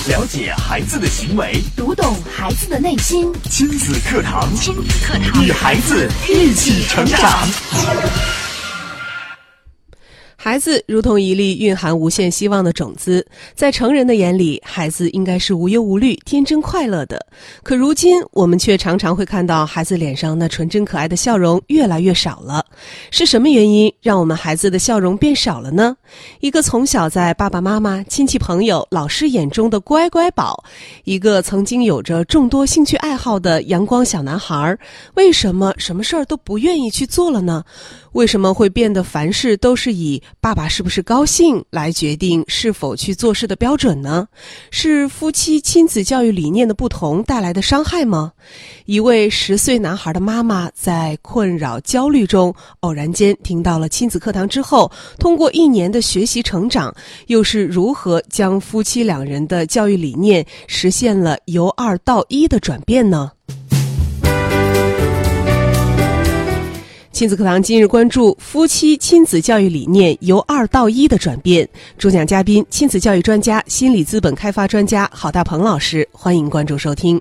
了解孩子的行为， 读懂孩子的内心。 亲子课堂，与孩子一起成长。 孩子如同一粒蕴含无限希望的种子，在成人的眼里，孩子应该是无忧无虑、天真快乐的。可如今，我们却常常会看到孩子脸上那纯真可爱的笑容越来越少了。是什么原因让我们孩子的笑容变少了呢？一个从小在爸爸妈妈、亲戚朋友、老师眼中的乖乖宝，一个曾经有着众多兴趣爱好的阳光小男孩，为什么什么事儿都不愿意去做了呢？为什么会变得凡事都是以爸爸是不是高兴来决定是否去做事的标准呢？是夫妻亲子教育理念的不同带来的伤害吗？一位10岁男孩的妈妈在困扰焦虑中，偶然间听到了亲子课堂之后，通过1年的学习成长，又是如何将夫妻2人的教育理念实现了由2到1的转变呢？亲子课堂今日关注夫妻亲子教育理念由2到1的转变，主讲嘉宾亲子教育专家、心理资本开发专家郝大鹏老师，欢迎关注收听。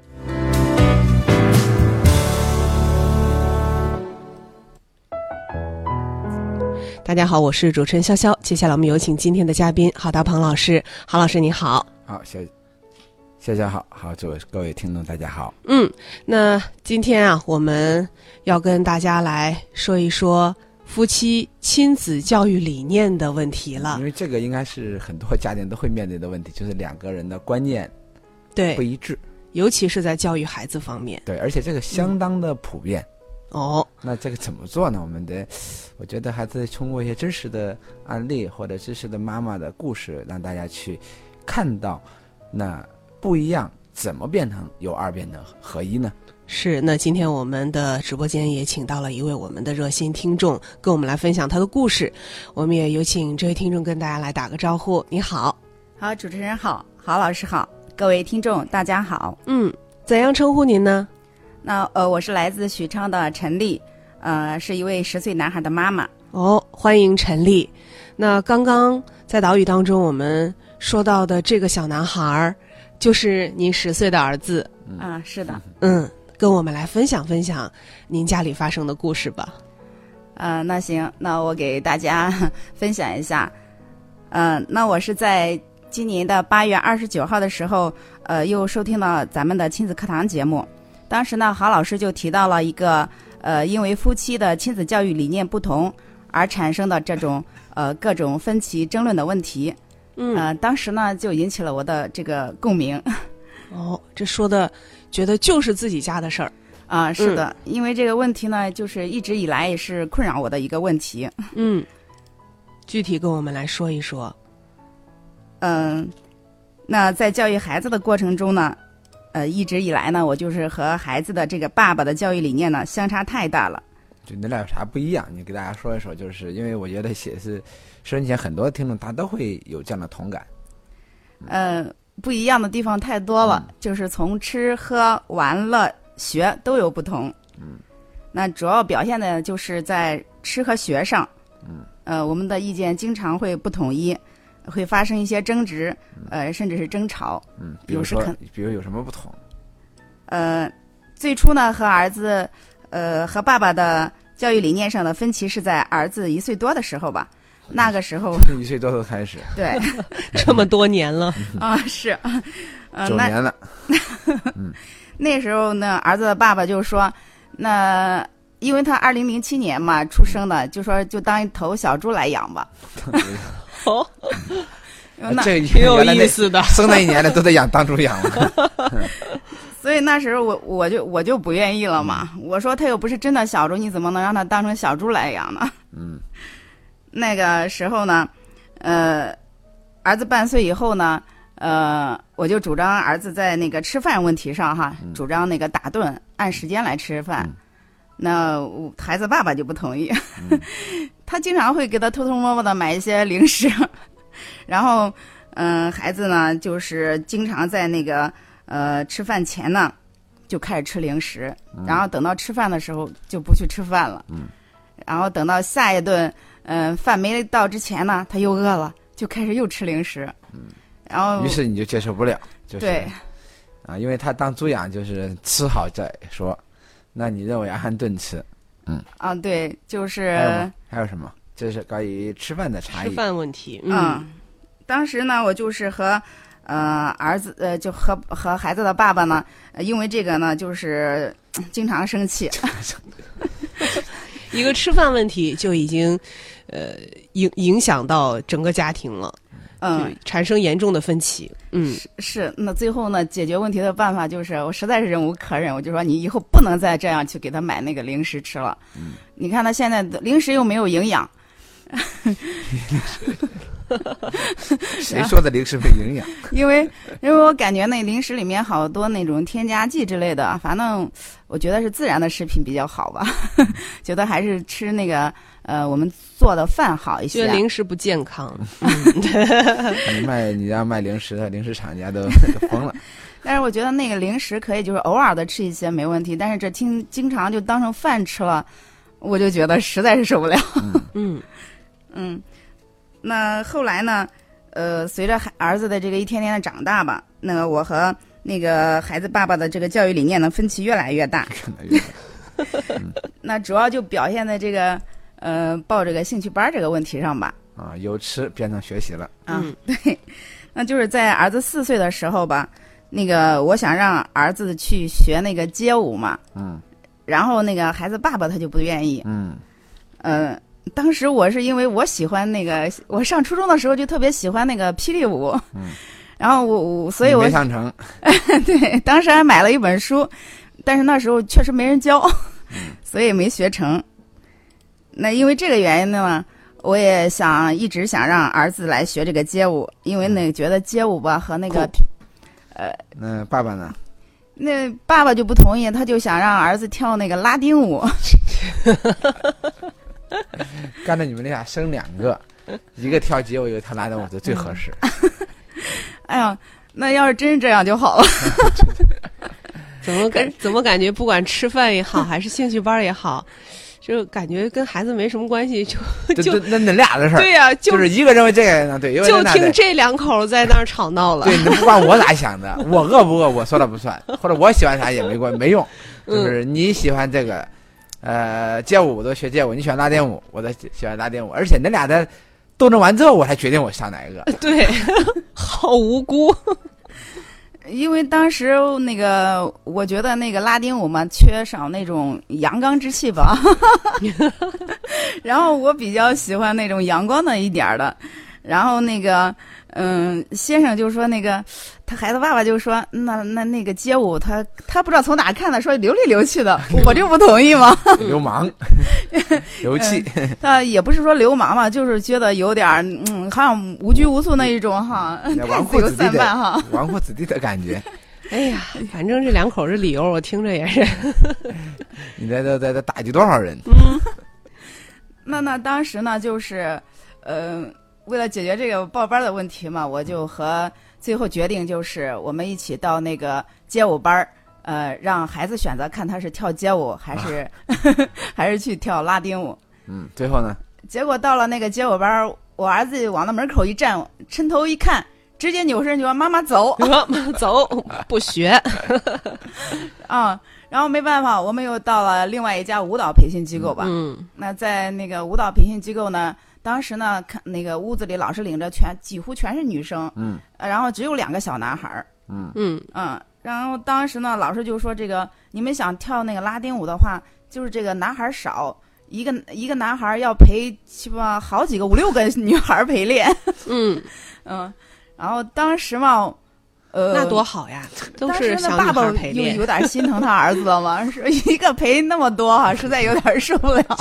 大家好，我是主持人潇潇，接下来我们有请今天的嘉宾郝大鹏老师。郝老师你好。 好，谢谢好，各位听众大家好。 那今天啊，我们要跟大家来说一说夫妻亲子教育理念的问题了。 因为这个应该是很多家庭都会面对的问题，就是2个人的观念不一致， 尤其是在教育孩子方面。 对，而且这个相当的普遍。那这个怎么做呢？我觉得还是通过一些真实的案例或者真实的妈妈的故事，让大家去看到那不一样怎么变成由2变成合1呢？ 是，那今天我们的直播间也请到了一位我们的热心听众，跟我们来分享他的故事。我们也有请这位听众跟大家来打个招呼。你好。 好，主持人好，郝老师好，各位听众大家好。 怎样称呼您呢？ 那我是来自许昌的陈丽，是一位10岁男孩的妈妈。 欢迎陈丽。那刚刚在导语当中我们说到的这个小男孩就是您10岁的儿子。 是的。 跟我们来分享分享您家里发生的故事吧。 那行，那我给大家分享一下。那我是在今年的8月29号的时候，又收听了咱们的亲子课堂节目。当时呢，郝老师就提到了一个因为夫妻的亲子教育理念不同而产生的这种各种分歧争论的问题。当时呢就引起了我的这个共鸣。 这说的觉得就是自己家的事儿。 是的，因为这个问题呢，就是一直以来也是困扰我的一个问题。 具体跟我们来说一说。 那在教育孩子的过程中呢，一直以来呢，我就是和孩子的这个爸爸的教育理念呢相差太大了。 就你俩有啥不一样？你给大家说一说，就是因为我觉得写是收音前很多听众他都会有这样的同感。 不一样的地方太多了，就是从吃喝玩乐学都有不同。那主要表现的就是在吃和学上。我们的意见经常会不统一，会发生一些争执，甚至是争吵。 比如有什么不同？ 最初呢，和儿子和爸爸的教育理念上的分歧是在儿子1岁多的时候吧。那个时候 1岁多就开始。 对。 这么多年了。 是。 9年了。 那时候呢，儿子的爸爸就说，那因为他2007年嘛出生的，就说就当一头小猪来养吧。 这挺有意思的。 生那1年的都得当猪养了。 所以那时候我就不愿意了嘛。我说他又不是真的小猪，你怎么能让他当成小猪来养呢？那个时候呢，儿子半岁以后呢，我就主张儿子在那个吃饭问题上主张那个打顿，按时间来吃饭。那孩子爸爸就不同意。他经常会给他偷偷摸摸的买一些零食，然后孩子呢就是经常在那个吃饭前呢就开始吃零食，然后等到吃饭的时候就不去吃饭了。然后等到下一顿饭没到之前呢，他又饿了，就开始又吃零食。 然后于是你就接受不了，就是对啊，因为他当猪养就是吃好再说，那你认为要按顿吃， 对，就是还有什么？这是关于吃饭的差异。 吃饭问题， 当时呢，我就是和儿子就和孩子的爸爸呢，因为这个呢，就是经常生气。 一个吃饭问题就已经影响到整个家庭了。产生严重的分歧。 是。那最后呢，解决问题的办法就是，我实在是忍无可忍，我就说你以后不能再这样去给他买那个零食吃了。你看他现在的零食又没有营养。 谁说的零食没营养？ 因为我感觉那零食里面好多那种添加剂之类的，反正我觉得是自然的食品比较好吧。觉得还是吃那个我们做的饭好一些。 觉得零食不健康。 你要卖零食的零食厂家都疯了。 但是我觉得那个零食可以就是偶尔的吃一些没问题，但是这经常就当成饭吃了，我就觉得实在是受不了。那后来呢？随着儿子的这个一天天的长大吧，那个我和那个孩子爸爸的这个教育理念呢，分歧越来越大。那主要就表现在这个报这个兴趣班这个问题上吧。 由吃变成学习了。 对，那就是在儿子4岁的时候吧，那个我想让儿子去学那个街舞嘛。然后那个孩子爸爸他就不愿意。当时我是因为我喜欢那个，我上初中的时候就特别喜欢那个霹雳舞。然后所以我没上成。 对，当时还买了一本书，但是那时候确实没人教，所以没学成。那因为这个原因呢，我也一直想让儿子来学这个街舞，因为那个觉得街舞吧和那个那爸爸呢？ 那爸爸就不同意，他就想让儿子跳那个拉丁舞。 干脆你们俩生2个，一个跳街舞，一个跳拉丁舞，就最合适。 哎呀，那要是真是这样就好了。 怎么感觉不管吃饭也好，还是兴趣班也好，就感觉跟孩子没什么关系，就那俩的事儿。 对呀， 就是一个认为这个呢对， 就听这2口在那儿吵闹了。 对，你不管我咋想的，我饿不饿我说了不算，或者我喜欢啥也没用，就是你喜欢这个。街舞我都学街舞，你喜欢拉丁舞，我都喜欢拉丁舞，而且那俩的斗争完之后，我才决定我上哪一个。 对，好无辜。 因为当时那个，我觉得那个拉丁舞嘛，缺少那种阳刚之气吧。然后我比较喜欢那种阳光的一点的，然后那个。先生就说那个，他孩子爸爸就说那个街舞他不知道从哪看的，说流里流气的，我就不同意嘛。 流氓，流气。 他也不是说流氓嘛，就是觉得有点好像无拘无束那一种哈，太自由散漫哈， 纨绔子弟的感觉。 哎呀，反正这2口这理由我听着也是。 你在打击多少人？ 那当时呢，就是为了解决这个报班的问题嘛，我就最后决定就是我们一起到那个街舞班，让孩子选择看他是跳街舞还是还是去跳拉丁舞。 最后呢？结果到了那个街舞班，我儿子往那门口一站，抻头一看，直接扭身就说：“妈妈走， 走，不学。” 然后没办法，我们又到了另外一家舞蹈培训机构吧。那在那个舞蹈培训机构呢。当时呢，看那个屋子里老师领着几乎全是女生，然后只有2个小男孩，然后当时呢，老师就说这个你们想跳那个拉丁舞的话，就是这个男孩少，一个男孩要陪好几个5、6个女孩陪练，然后当时嘛， 那多好呀，都是小女孩陪练。 有点心疼他儿子了嘛，说一个陪那么多哈，实在有点受不了。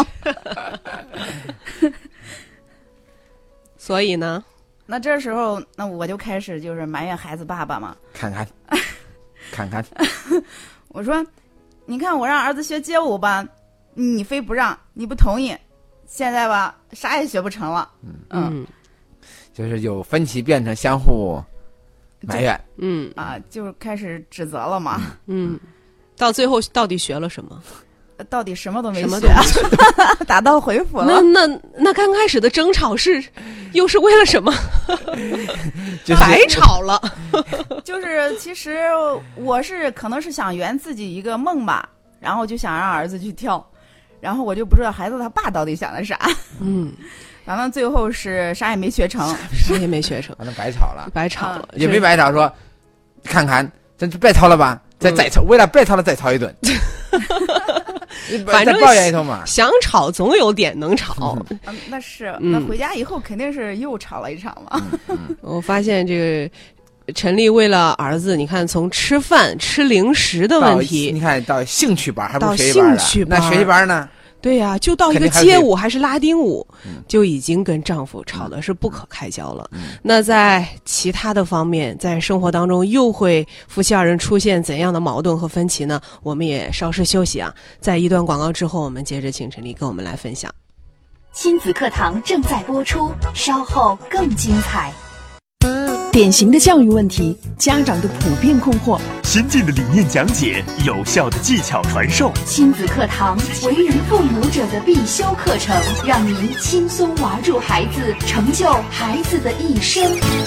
所以呢， 那这时候，那我就开始就是埋怨孩子爸爸嘛。 看看， 我说，你看我让儿子学街舞吧，你非不让，你不同意，现在吧啥也学不成了。 就是有分歧变成相互埋怨。 就开始指责了嘛。 到最后到底学了什么？ 到底什么都没学，打道回府了。 那刚开始的争吵又是为了什么？白吵了。 就是其实我可能是想圆自己一个梦吧，然后就想让儿子去跳，然后我就不知道孩子他爸到底想的啥。反正最后是啥也没学成， 反正白吵了，也没白吵，说看看真是白吵了吧，再吵，为了白吵了再吵一顿。 反正再抱怨一通嘛， 想吵总有点能吵。 那是，那回家以后肯定是又吵了一场嘛。 我发现这个陈丽为了儿子，你看从吃饭吃零食的问题， 你看到兴趣班还不到学习班兴趣那学习班呢？ 对呀，就到一个街舞还是拉丁舞，就已经跟丈夫吵的是不可开交了。那在其他的方面，在生活当中又会夫妻二人出现怎样的矛盾和分歧呢？我们也稍事休息啊，在一段广告之后，我们接着请陈丽跟我们来分享。 亲子课堂正在播出，稍后更精彩。 典型的教育问题，家长的普遍困惑， 先进的理念讲解，有效的技巧传授。 亲子课堂，为人父母者的必修课程，让您轻松娃住孩子，成就孩子的一生。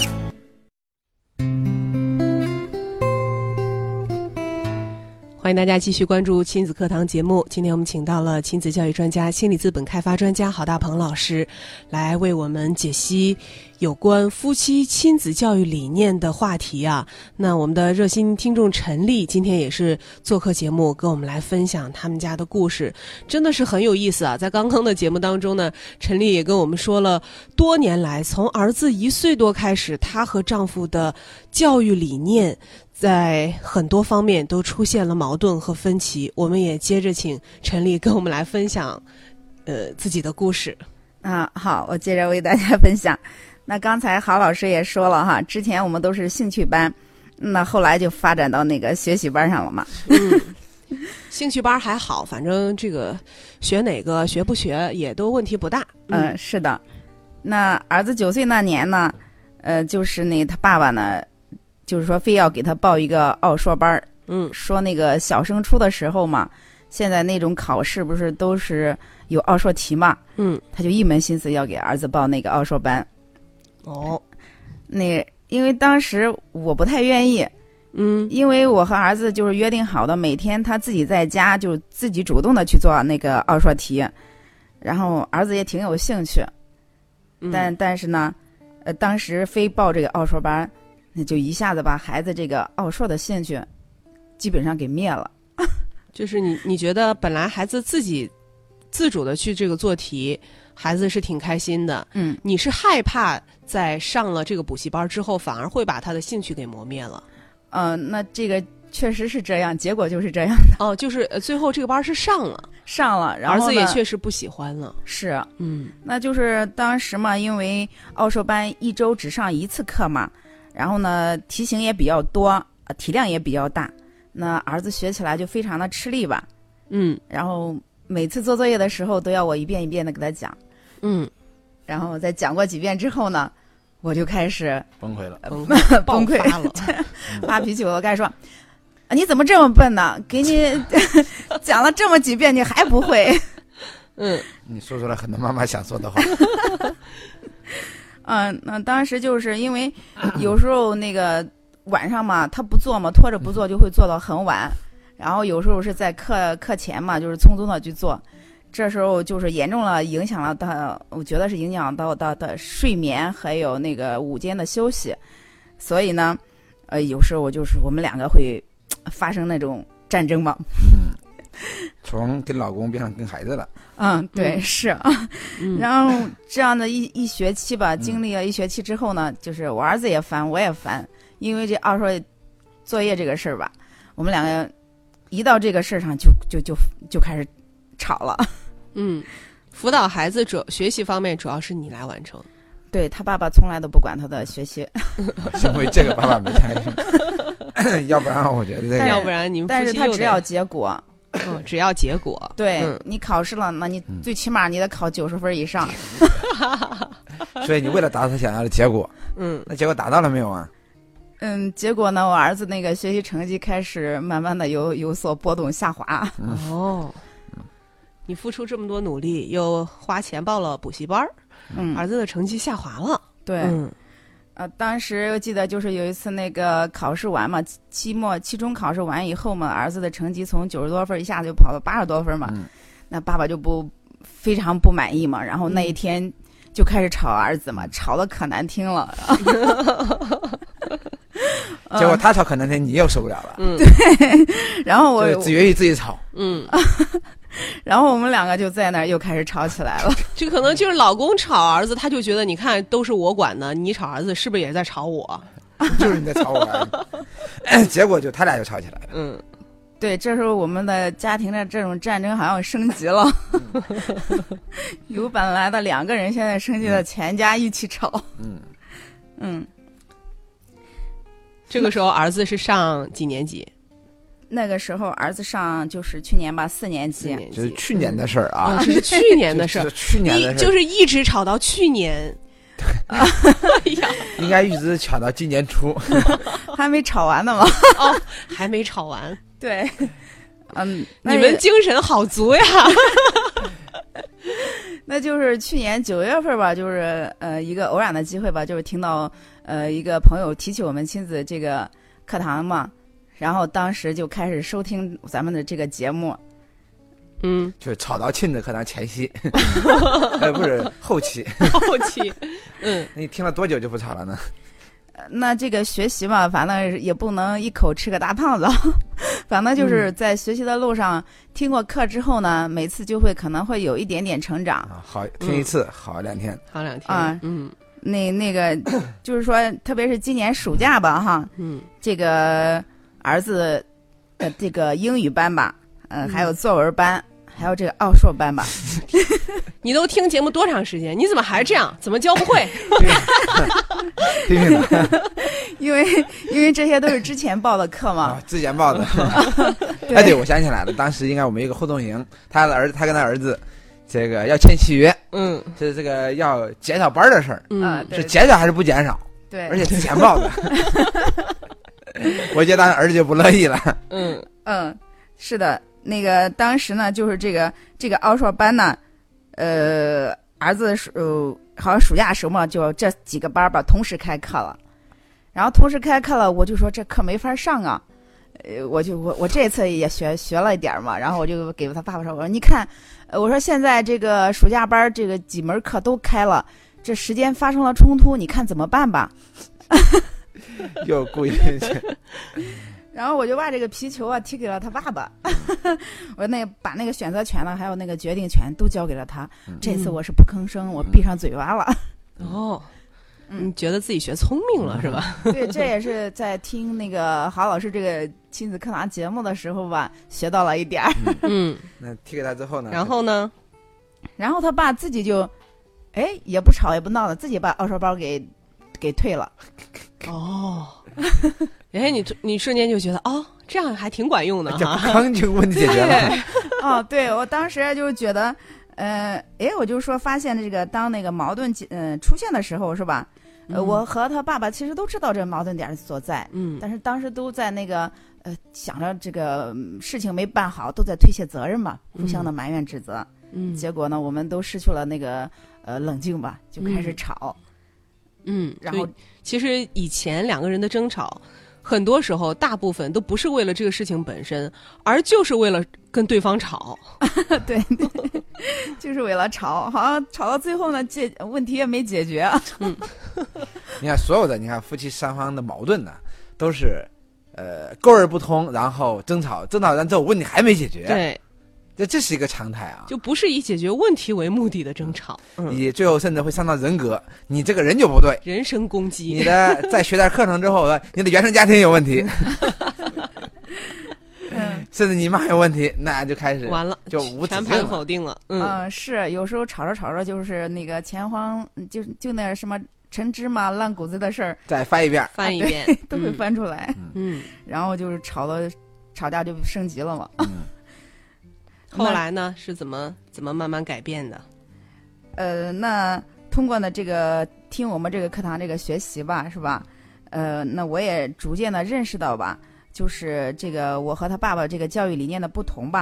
欢迎大家继续关注亲子课堂节目。今天我们请到了亲子教育专家、心理资本开发专家郝大鹏老师，来为我们解析有关夫妻亲子教育理念的话题啊。那我们的热心听众陈丽今天也是做客节目，跟我们来分享他们家的故事，真的是很有意思啊。在刚刚的节目当中呢，陈丽也跟我们说了，多年来从儿子1岁多开始，她和丈夫的教育理念在很多方面都出现了矛盾和分歧。我们也接着请陈丽跟我们来分享自己的故事。 好，我接着为大家分享。那刚才郝老师也说了哈，之前我们都是兴趣班，那后来就发展到那个学习班上了嘛。 兴趣班还好，反正这个学哪个学不学也都问题不大。 是的。那儿子9岁那年呢，就是他爸爸呢，就是说非要给他报一个奥硕班。说那个小升初的时候嘛，现在那种考试不是都是有奥硕题嘛？他就一门心思要给儿子报那个奥硕班。因为当时我不太愿意，因为我和儿子就是约定好的，每天他自己在家就自己主动的去做那个奥硕题，然后儿子也挺有兴趣，但是呢，当时非报这个奥硕班，那就一下子把孩子这个奥硕的兴趣基本上给灭了。 就是你觉得本来孩子自己自主的去这个做题，孩子是挺开心的，你是害怕在上了这个补习班之后，反而会把他的兴趣给磨灭了。 那这个确实是这样，结果就是这样的。 就是最后这个班是上了， 然后儿子也确实不喜欢了。 是，那就是当时嘛，因为奥硕班1周只上1次课嘛，然后呢题型也比较多，题量也比较大，那儿子学起来就非常的吃力吧。然后每次做作业的时候都要我一遍一遍的给他讲。然后在讲过几遍之后呢，我就开始崩溃了， 崩溃了， 发脾气。我开始说，你怎么这么笨呢？给你讲了这么几遍你还不会。 你说出了很多妈妈想说的话。 那当时就是因为有时候那个晚上嘛，他不做嘛，拖着不做就会做到很晚，然后有时候是在课前嘛，就是匆匆的去做，这时候就是严重了影响了他，我觉得是影响到他的睡眠还有那个午间的休息，所以呢，有时候就是我们两个会发生那种战争嘛。 从跟老公变成跟孩子了。 对，是。然后这样的一学期吧，经历了1学期之后呢，就是我儿子也烦，我也烦，因为这奥硕作业这个事儿吧，我们两个一到这个事儿上就开始吵了。 辅导孩子学习方面主要是你来完成。 对，他爸爸从来都不管他的学习。 因为这个爸爸没参与。要不然我觉得要不然你们但是他只要结果。 只要结果。 对，你考试了，那你最起码你得考90分以上。 所以你为了达到他想要的结果，那结果达到了没有啊？ 结果呢，我儿子那个学习成绩开始慢慢的有所波动下滑。 你付出这么多努力，又花钱报了补习班，儿子的成绩下滑了。 对，当时我记得就是有一次那个考试完嘛，期中考试完以后嘛，儿子的成绩从90多分一下子就跑到80多分嘛，那爸爸就非常不满意嘛，然后那一天就开始吵儿子嘛，吵得可难听了。 结果他吵可难听，你又受不了了。 对，然后我自愿意自己吵。 然后我们两个就在那儿又开始吵起来了。 这可能就是老公吵儿子，他就觉得你看都是我管的，你吵儿子是不是也在吵我？ 就是你在吵我。结果就他俩就吵起来了。 对，这时候我们的家庭的这种战争好像升级了。由本来的2个人，现在升级了全家一起吵。 这个时候儿子是上几年级？ 那个时候儿子上就是去年吧，4年级。 这是去年的事儿啊。 这是去年的事儿。 去年的事儿。 就是一直吵到去年。 应该一直吵到今年初。 还没吵完呢吗？ 还没吵完。 对。 你们精神好足呀。 那就是去年9月份吧，就是一个偶然的机会吧，就是听到一个朋友提起我们亲子这个课堂嘛，然后当时就开始收听咱们的这个节目。 就是吵到亲子课堂前夕。不是后期。 后期。 你听了多久就不吵了呢？ 那这个学习嘛，反正也不能一口吃个大胖子。反正就是在学习的路上，听过课之后呢，每次就可能会有一点点成长。 好，听一次，好2天， 好2天。 那个就是说，特别是今年暑假吧，哈，这个儿子的这个英语班吧，还有作文班，还有这个奥数班吧。 你都听节目多长时间？你怎么还这样？怎么教不会？ 因为这些都是之前报的课嘛。 之前报的。对，我想起来了，当时应该我们一个互动营，他跟他儿子，这个要签契约。是这个要减少班的事儿。是减少还是不减少？ 对， 而且之前报的。我觉得儿子就不乐意了。 是的。那个当时呢，就是这个奥数班呢，儿子好像暑假的时候嘛，就这几个班吧同时开课了，然后同时开课了，我就说这课没法上啊，我这次也学了一点嘛，然后我就给他爸爸说，我说你看，我说现在这个暑假班这个几门课都开了，这时间发生了冲突，你看怎么办吧？ 又故意。 然后我就把这个皮球啊踢给了他爸爸，我把那个选择权呢，还有那个决定权都交给了他。这次我是不吭声，我闭上嘴巴了。 你觉得自己学聪明了是吧？ 对，这也是在听那个郝老师这个亲子课堂节目的时候吧，学到了一点儿。 那踢给他之后呢？ 然后呢？ 然后他爸自己就，也不吵也不闹的，自己把奥数包给退了。 你瞬间就觉得这样还挺管用的哈， 刚就问题解决了。 对，我当时就觉得，我就说发现这个当那个矛盾出现的时候是吧？我和他爸爸其实都知道这矛盾点所在，但是当时都在那个想着这个事情没办好，都在推卸责任嘛，互相的埋怨指责。结果呢，我们都失去了那个冷静吧，就开始吵。然后其实以前2个人的争吵，很多时候大部分都不是为了这个事情本身，而就是为了跟对方吵。 对，就是为了吵，好像吵到最后呢，问题也没解决。 你看所有的夫妻双方的矛盾呢，都是沟而不通，然后争吵完之后问题还没解决。 对。 这是一个常态啊， 就不是以解决问题为目的的争吵， 你最后甚至会伤到人格，你这个人就不对， 人身攻击。 你的在学点课程之后，你的原生家庭有问题，甚至你妈有问题，那就开始完了， 就无全盘否定了。 是有时候吵着就是那个前方就那什么陈芝麻烂谷子的事儿，再翻一遍， 都会翻出来。然后就是吵架就升级了嘛。 后来呢，是怎么慢慢改变的？ 那通过呢这个听我们这个课堂这个学习吧，是吧？那我也逐渐的认识到吧，就是这个我和他爸爸这个教育理念的不同吧。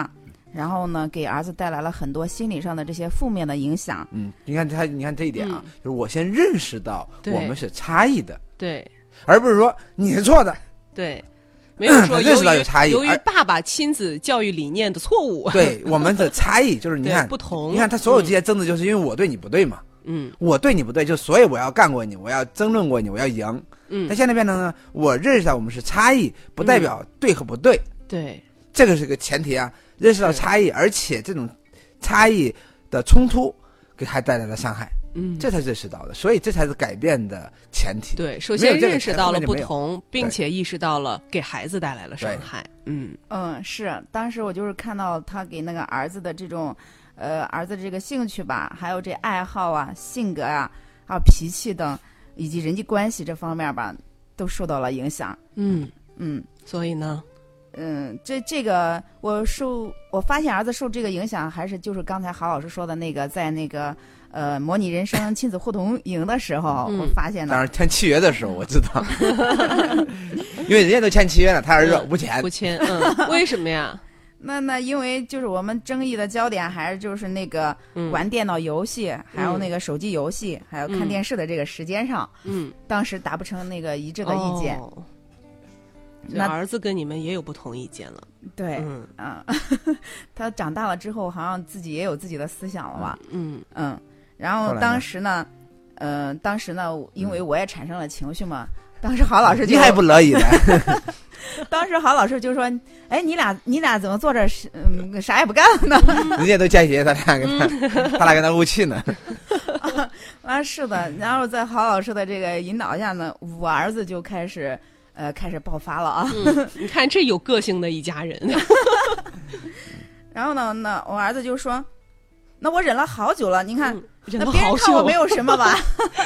然后呢，给儿子带来了很多心理上的这些负面的影响。 你看这一点啊，就是我先认识到我们是差异的， 对， 而不是说你是错的， 对，没有说认识到有差异， 由于爸爸亲子教育理念的错误， 对，我们的差异就是你看不同， 你看他所有这些争执，就是因为我对你不对嘛，我对你不对，就所以我要干过你，我要争论过你，我要赢。但现在变成呢，我认识到我们是差异，不代表对和不对， 对， 这个是个前提啊。认识到差异，而且这种差异的冲突给孩子带来了伤害，这才认识到的，所以这才是改变的前提。 对，首先认识到了不同，并且意识到了给孩子带来了伤害。 是，当时我就是看到他给那个儿子的这种，儿子这个兴趣吧，还有这爱好啊、性格啊，还有脾气等，以及人际关系这方面吧，都受到了影响。 所以呢？ 这个我发现儿子受这个影响，还是就是刚才郝老师说的那个，在那个模拟人生亲子互动营的时候，我发现的。 当然签契约的时候我知道，因为人家都签契约了，他儿子不签， 为什么呀？ 那因为就是我们争议的焦点还是就是那个玩电脑游戏，还有那个手机游戏，还有看电视的这个时间上，当时达不成那个一致的意见。 那儿子跟你们也有不同意见了。 对，他长大了之后，好像自己也有自己的思想了吧？然后当时呢，因为我也产生了情绪嘛，当时郝老师就你还不乐意呢。 当时郝老师就说：“哎，你俩怎么坐这啥也不干呢？” 人家都见血，他俩跟他怄气呢。 是的，然后在郝老师的这个引导下呢，我儿子就开始爆发了啊！ 你看这有个性的一家人。 然后呢，那我儿子就说：“那我忍了好久了，您看， 忍了好久， 那别人看我没有什么吧？”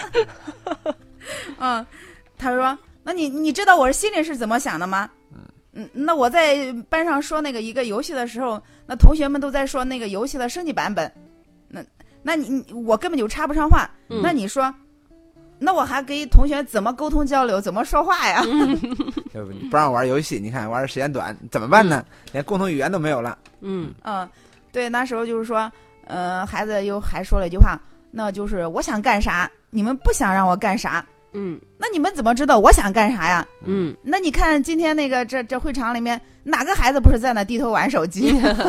他说：“那你知道我心里是怎么想的吗？那我在班上说那个一个游戏的时候，那同学们都在说那个游戏的升级版本，那我根本就插不上话。那你说？”那我还跟同学怎么沟通交流，怎么说话呀？ 不让玩游戏，你看玩的时间短，怎么办呢？连共同语言都没有了。 对，那时候就是说，孩子又还说了一句话，那就是我想干啥，你们不想让我干啥。那你们怎么知道我想干啥呀？那你看今天那个这会场里面哪个孩子不是在那低头玩手机？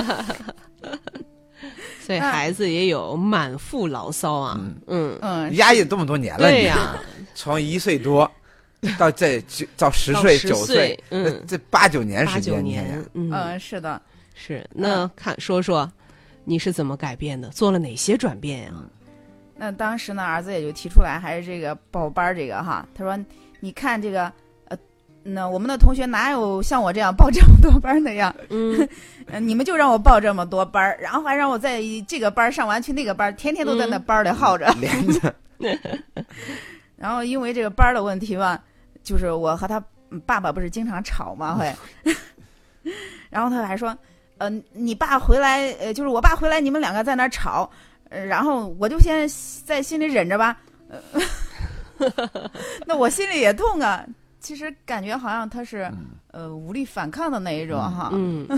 所以孩子也有满腹牢骚啊， 压抑这么多年了， 对呀， 从1岁多到10岁、9岁，这8、9年时间， 是的， 是。那说说你是怎么改变的，做了哪些转变呀？ 那当时呢，儿子也就提出来，还是这个报班这个哈，他说：“你看这个。”那我们的同学哪有像我这样报这么多班的呀？你们就让我报这么多班，然后还让我在这个班上完去那个班，天天都在那班里耗着， 连着。 然后因为这个班的问题吧，就是我和他爸爸不是经常吵嘛，会。然后他还说，你爸回来，就是我爸回来，你们两个在那吵，然后我就先在心里忍着吧。那我心里也痛啊。其实感觉好像他是无力反抗的那一种哈。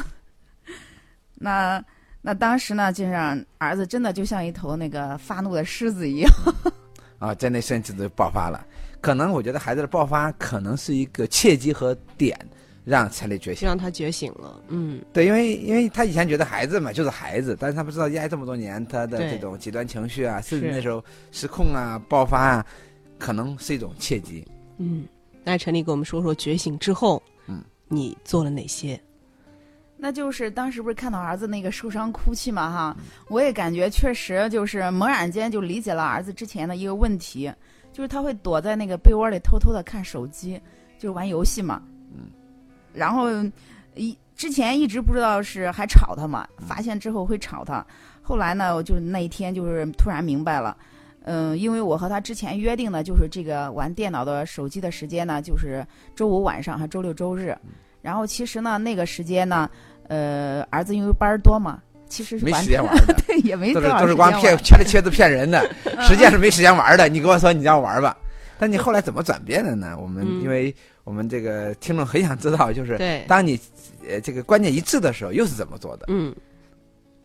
那当时呢，就让儿子真的就像一头那个发怒的狮子一样。 在那瞬间就爆发了。可能我觉得孩子的爆发可能是一个契机和点，让彩礼觉醒， 让他觉醒了。 对，因为他以前觉得孩子嘛就是孩子，但是他不知道压抑这么多年，他的这种极端情绪啊，甚至那时候失控啊、爆发啊，可能是一种契机。 那陈丽给我们说说觉醒之后，你做了哪些？ 那就是当时不是看到儿子那个受伤哭泣嘛哈，我也感觉确实就是猛然间就理解了儿子之前的一个问题，就是他会躲在那个被窝里偷偷的看手机，就是玩游戏嘛。然后之前一直不知道是还吵他嘛，发现之后会吵他。后来呢，我就那一天就是突然明白了。因为我和他之前约定的就是这个玩电脑的手机的时间呢，就是周5晚上和周6周日。然后其实呢，那个时间呢，儿子因为班多嘛，其实是没时间玩的， 对，也没多少时间玩， 都是光缺字骗人的，实际上是没时间玩的。你跟我说你让玩吧，但你后来怎么转变的呢？因为我们这个听众很想知道，就是当你这个观念一致的时候，又是怎么做的？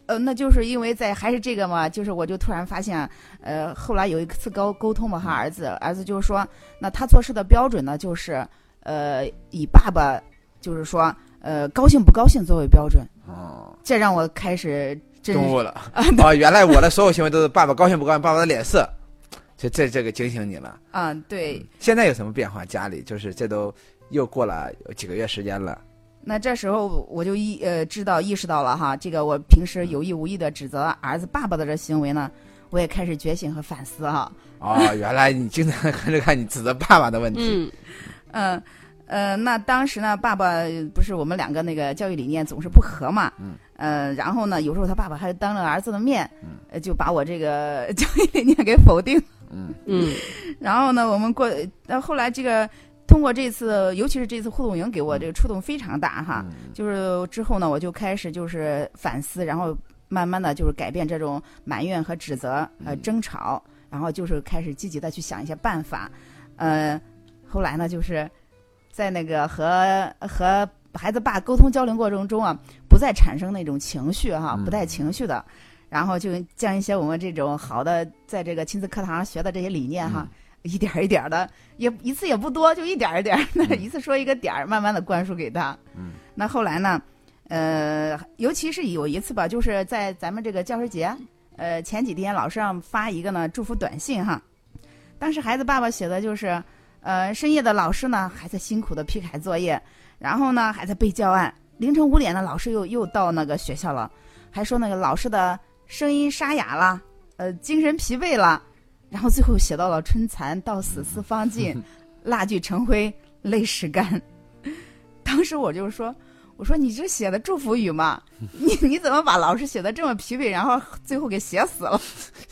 那就是因为还是这个嘛，就是我就突然发现，后来有一次沟通嘛和儿子就是说，那他做事的标准呢，就是以爸爸就是说高兴不高兴作为标准。这让我开始顿悟了。原来我的所有行为都是爸爸高兴不高兴，爸爸的脸色，这个警醒你了。 对。 现在有什么变化？家里就是这都又过了有几个月时间了。 那这时候我就意识到了哈，这个我平时有意无意的指责儿子爸爸的这行为呢，我也开始觉醒和反思哈。 原来你经常看你指责爸爸的问题。 那当时呢，爸爸不是我们两个那个教育理念总是不合嘛。然后呢，有时候他爸爸还当着儿子的面，就把我这个教育理念给否定。然后呢，我们后来这个。通过这次，尤其是这次互动营，给我这个触动非常大哈。就是之后呢，我就开始就是反思，然后慢慢的就是改变这种埋怨和指责、争吵，然后就是开始积极的去想一些办法。后来呢，就是在那个和孩子爸沟通交流过程中啊，不再产生那种情绪哈，不带情绪的，然后就将一些我们这种好的在这个亲子课堂上学的这些理念哈。一点一点的，也一次也不多，就一点一点，一次说一个点儿，慢慢的灌输给他。那后来呢，尤其是有一次吧，就是在咱们这个教师节，前几天老师让发一个呢祝福短信哈。当时孩子爸爸写的就是，深夜的老师呢还在辛苦的批改作业，然后呢还在背教案，凌晨5点呢老师又到那个学校了，还说那个老师的声音沙哑了，精神疲惫了。然后最后写到了春蚕到死丝方尽，蜡炬成灰泪始干。当时我就说，你这写的祝福语嘛，你怎么把老师写的这么疲惫，然后最后给写死了？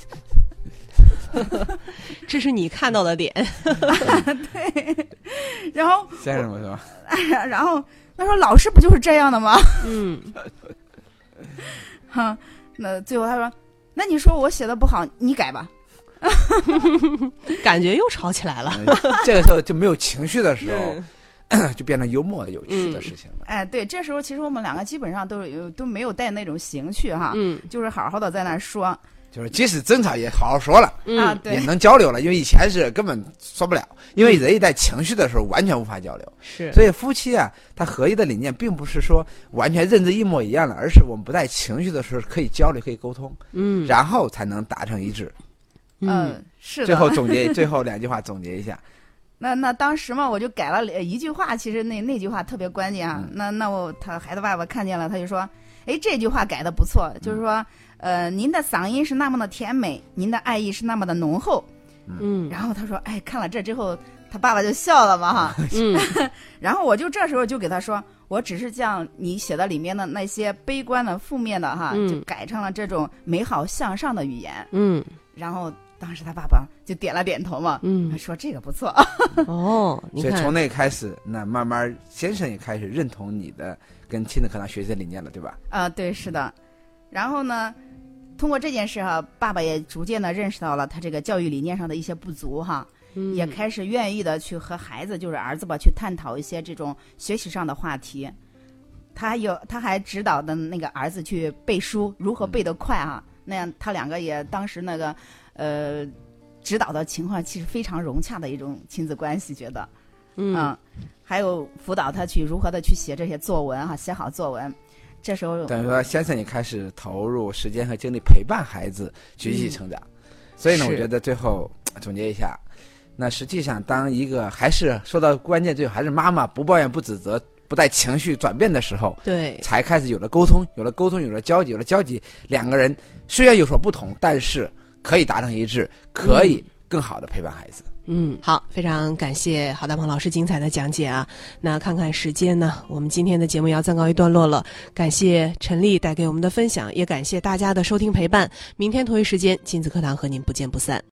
这是你看到的点。 对。然后先生是吧？ 然后他说老师不就是这样的吗？那最后他说，那你说我写的不好，你改吧。 感觉又吵起来了。 这个时候就没有情绪的时候，就变成幽默有趣的事情了。 对，这时候其实我们两个基本上都没有带那种情绪哈，就是好好的在那说， 就是即使争吵也好好说了， 对， 也能交流了，因为以前是根本说不了，因为人一带情绪的时候完全无法交流。 是， 所以夫妻啊，他合一的理念并不是说完全认知一模一样了，而是我们不带情绪的时候可以交流，可以沟通，然后才能达成一致。 是的。 最后最后2句话总结一下。 那当时嘛，我就改了一句话，其实那句话特别关键啊。他孩子爸爸看见了，他就说，这句话改的不错，就是说，您的嗓音是那么的甜美，您的爱意是那么的浓厚。然后他说，看了这之后，他爸爸就笑了嘛哈。然后我就这时候就给他说，我只是将你写的里面的那些悲观的、负面的哈，就改成了这种美好向上的语言。然后当时他爸爸就点了点头嘛，说这个不错。 你看， 所以从那开始，那慢慢先生也开始认同你的跟亲子课堂学习的理念了，对吧？ 对，是的。然后呢，通过这件事哈，爸爸也逐渐的认识到了他这个教育理念上的一些不足哈，也开始愿意的去和孩子，就是儿子吧，去探讨一些这种学习上的话题。他还指导的那个儿子去背书，如何背得快啊？那样他两个也当时那个指导的情况其实非常融洽的一种亲子关系，觉得还有辅导他去如何的去写这些作文哈，写好作文。这时候等于说先生你开始投入时间和精力陪伴孩子学习成长。所以呢，我觉得最后总结一下，那实际上当一个还是说到关键，最后还是妈妈不抱怨不指责不带情绪转变的时候， 对， 才开始有了沟通，有了交集，两个人虽然有所不同，但是可以达成一致，可以更好的陪伴孩子。 好，非常感谢郝大鹏老师精彩的讲解啊。那看看时间呢，我们今天的节目要暂告一段落了。感谢陈丽带给我们的分享，也感谢大家的收听陪伴。明天同一时间，亲子课堂和您不见不散。